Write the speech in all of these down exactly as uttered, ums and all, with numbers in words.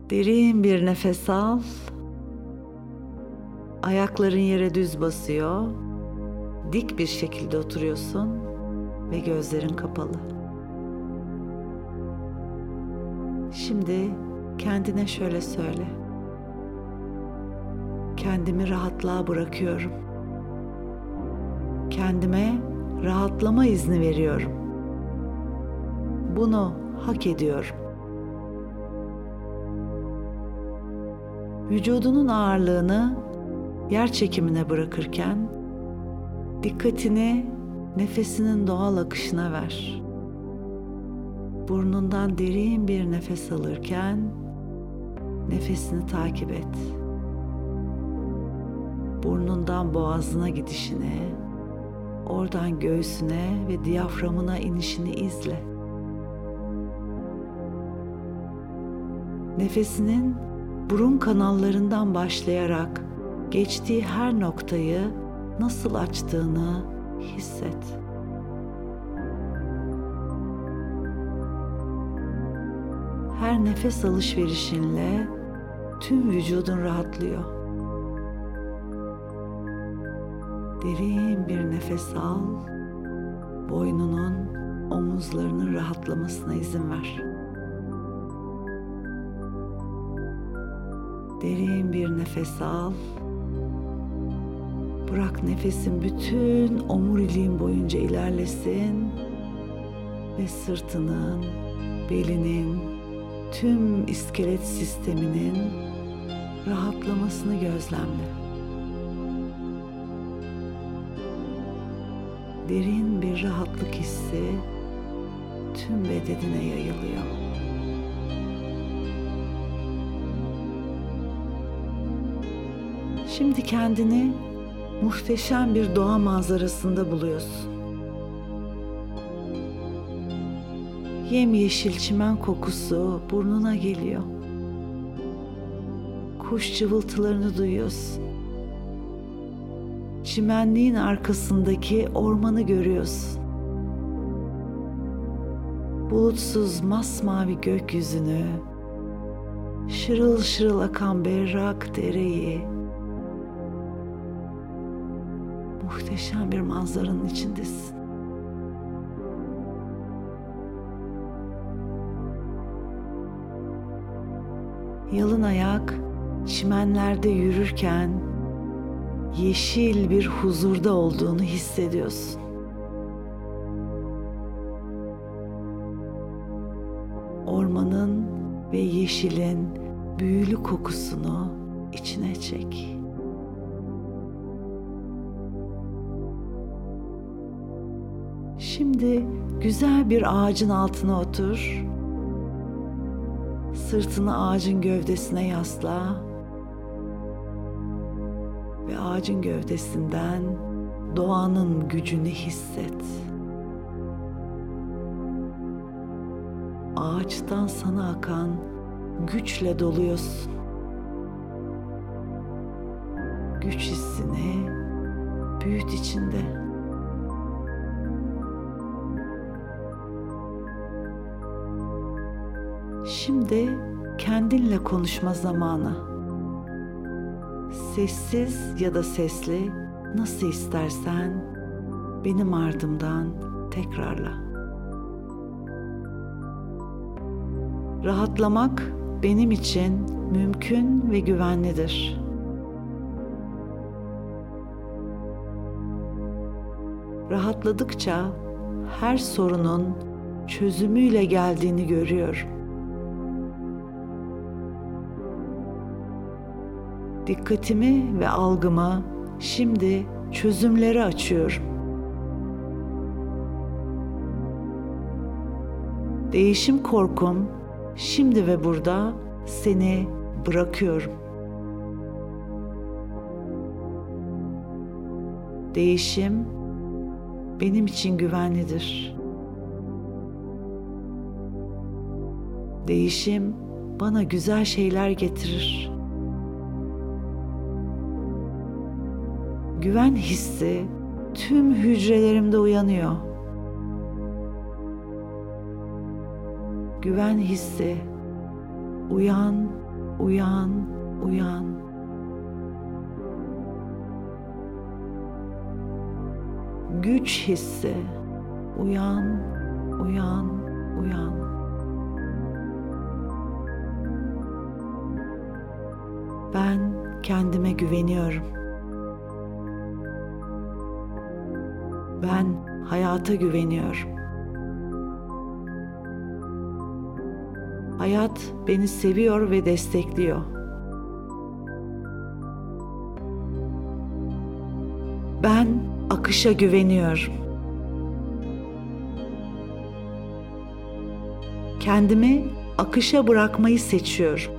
Derin bir nefes al. Ayakların yere düz basıyor. Dik bir şekilde oturuyorsun ve gözlerin kapalı. Şimdi kendine şöyle söyle. Kendimi rahatlığa bırakıyorum. Kendime rahatlama izni veriyorum. Bunu hak ediyorum. Vücudunun ağırlığını yer çekimine bırakırken dikkatini nefesinin doğal akışına ver. Burnundan derin bir nefes alırken nefesini takip et. Burnundan boğazına gidişini, oradan göğsüne ve diyaframına inişini izle. Nefesinin burun kanallarından başlayarak geçtiği her noktayı nasıl açtığını hisset. Her nefes alışverişinle tüm vücudun rahatlıyor. Derin bir nefes al, boynunun, omuzlarının rahatlamasına izin ver. Derin bir nefes al. Bırak nefesin bütün omuriliğin boyunca ilerlesin ve sırtının, belinin, tüm iskelet sisteminin rahatlamasını gözlemle. Derin bir rahatlık hissi tüm bedenine yayılıyor. Şimdi kendini muhteşem bir doğa manzarasında buluyorsun. Yemyeşil çimen kokusu burnuna geliyor. Kuş cıvıltılarını duyuyorsun. Çimenliğin arkasındaki ormanı görüyorsun. Bulutsuz masmavi gökyüzünü, şırıl şırıl akan berrak dereyi, muhteşem bir manzaranın içindesin. Yalın ayak çimenlerde yürürken yeşil bir huzurda olduğunu hissediyorsun. Ormanın ve yeşilin büyülü kokusunu içine çek. Şimdi güzel bir ağacın altına otur. Sırtını ağacın gövdesine yasla ve ağacın gövdesinden doğanın gücünü hisset. Ağaçtan sana akan güçle doluyorsun. Güç hissini büyüt içinde. Şimdi kendinle konuşma zamanı. Sessiz ya da sesli, nasıl istersen benim ardımdan tekrarla. Rahatlamak benim için mümkün ve güvenlidir. Rahatladıkça her sorunun çözümüyle geldiğini görüyorum. Dikkatimi ve algımı şimdi çözümlere açıyorum. Değişim korkum şimdi ve burada seni bırakıyorum. Değişim benim için güvenlidir. Değişim bana güzel şeyler getirir. Güven hissi tüm hücrelerimde uyanıyor. Güven hissi, uyan Uyan, uyan. Güç hissi. Uyan, uyan, uyan. Ben kendime güveniyorum. Ben hayata güveniyorum. Hayat beni seviyor ve destekliyor. Ben akışa güveniyorum. Kendimi akışa bırakmayı seçiyorum.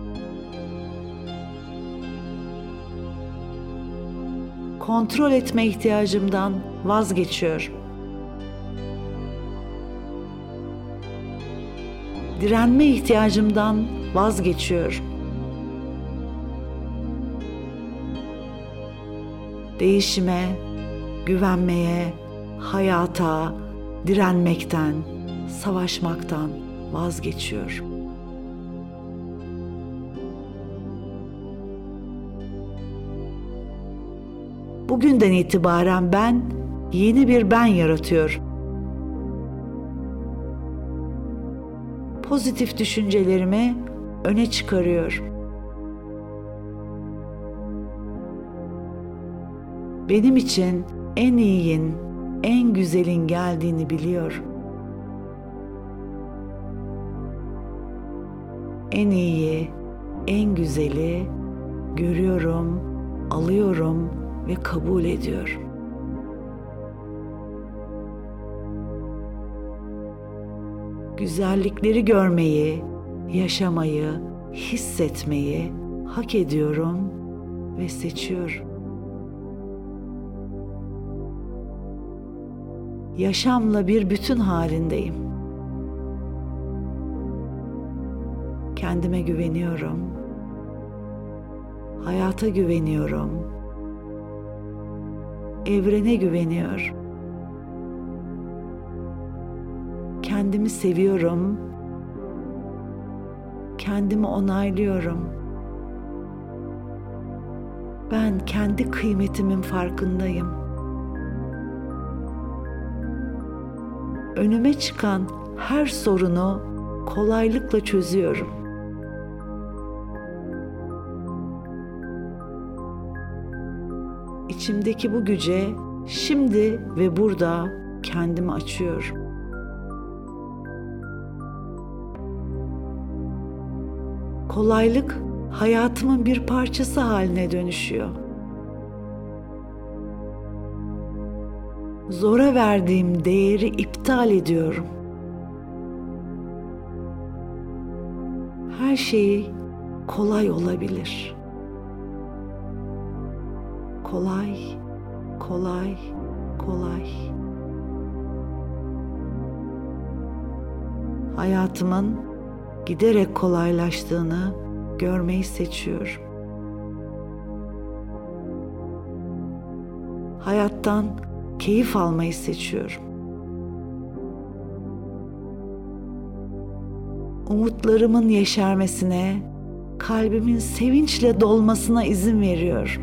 Kontrol etme ihtiyacımdan vazgeçiyorum. Direnme ihtiyacımdan vazgeçiyorum. Değişime, güvenmeye, hayata, direnmekten, savaşmaktan vazgeçiyorum. Bugünden itibaren ben yeni bir ben yaratıyorum. Pozitif düşüncelerimi öne çıkarıyorum. Benim için en iyin, en güzelin geldiğini biliyorum. En iyi, en güzeli görüyorum, alıyorum ve kabul ediyorum. Güzellikleri görmeyi, yaşamayı, hissetmeyi hak ediyorum ve seçiyorum. Yaşamla bir bütün halindeyim. Kendime güveniyorum. Hayata güveniyorum. Evrene güveniyorum. Kendimi seviyorum. Kendimi onaylıyorum. Ben kendi kıymetimin farkındayım. Önüme çıkan her sorunu kolaylıkla çözüyorum. İçimdeki bu güce şimdi ve burada kendimi açıyorum. Kolaylık hayatımın bir parçası haline dönüşüyor. Zora verdiğim değeri iptal ediyorum. Her şey kolay olabilir. Kolay, kolay, kolay. Hayatımın giderek kolaylaştığını görmeyi seçiyorum. Hayattan keyif almayı seçiyorum. Umutlarımın yeşermesine, kalbimin sevinçle dolmasına izin veriyorum.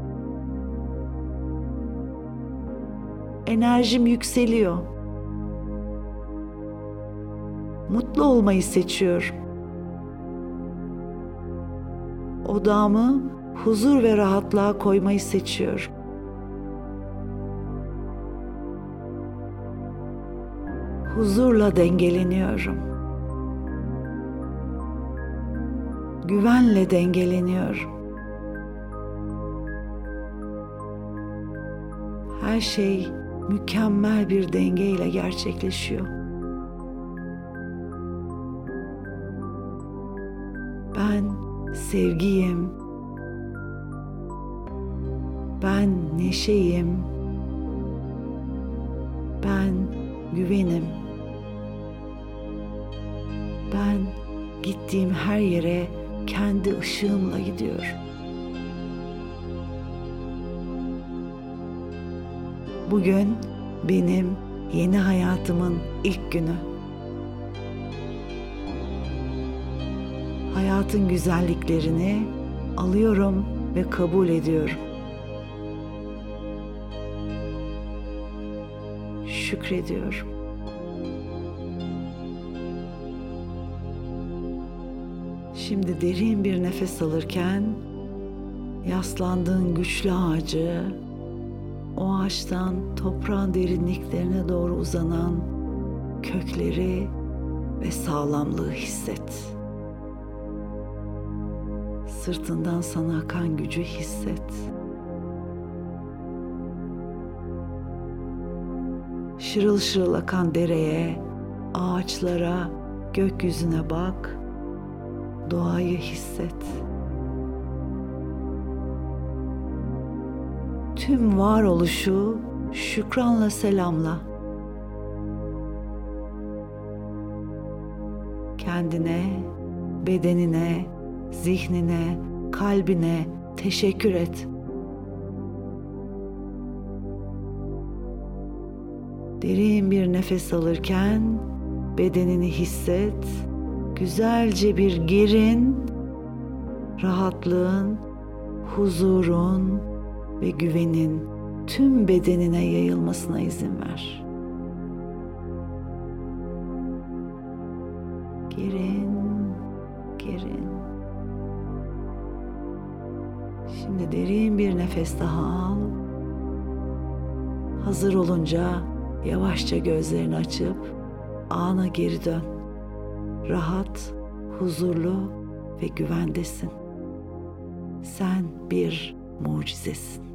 Enerjim yükseliyor. Mutlu olmayı seçiyorum. Odağımı huzur ve rahatlığa koymayı seçiyorum. Huzurla dengeleniyorum. Güvenle dengeleniyorum. Her şey mükemmel bir dengeyle gerçekleşiyor. Ben sevgiyim. Ben neşeyim. Ben güvenim. Ben gittiğim her yere kendi ışığımla gidiyorum. Bugün benim yeni hayatımın ilk günü. Hayatın güzelliklerini alıyorum ve kabul ediyorum. Şükrediyorum. Şimdi derin bir nefes alırken yaslandığın güçlü ağacı, o ağaçtan toprağın derinliklerine doğru uzanan kökleri ve sağlamlığı hisset. Sırtından sana akan gücü hisset. Şırıl şırıl akan dereye, ağaçlara, gökyüzüne bak. Doğayı hisset. Tüm varoluşu şükranla selamla. Kendine, bedenine, zihnine, kalbine teşekkür et. Derin bir nefes alırken bedenini hisset. Güzelce bir gerin, rahatlığın, huzurun ve güvenin tüm bedenine yayılmasına izin ver. Gerin, gerin. Şimdi derin bir nefes daha al. Hazır olunca yavaşça gözlerini açıp ana geri dön. Rahat, huzurlu ve güvendesin. Sen bir mucizesin.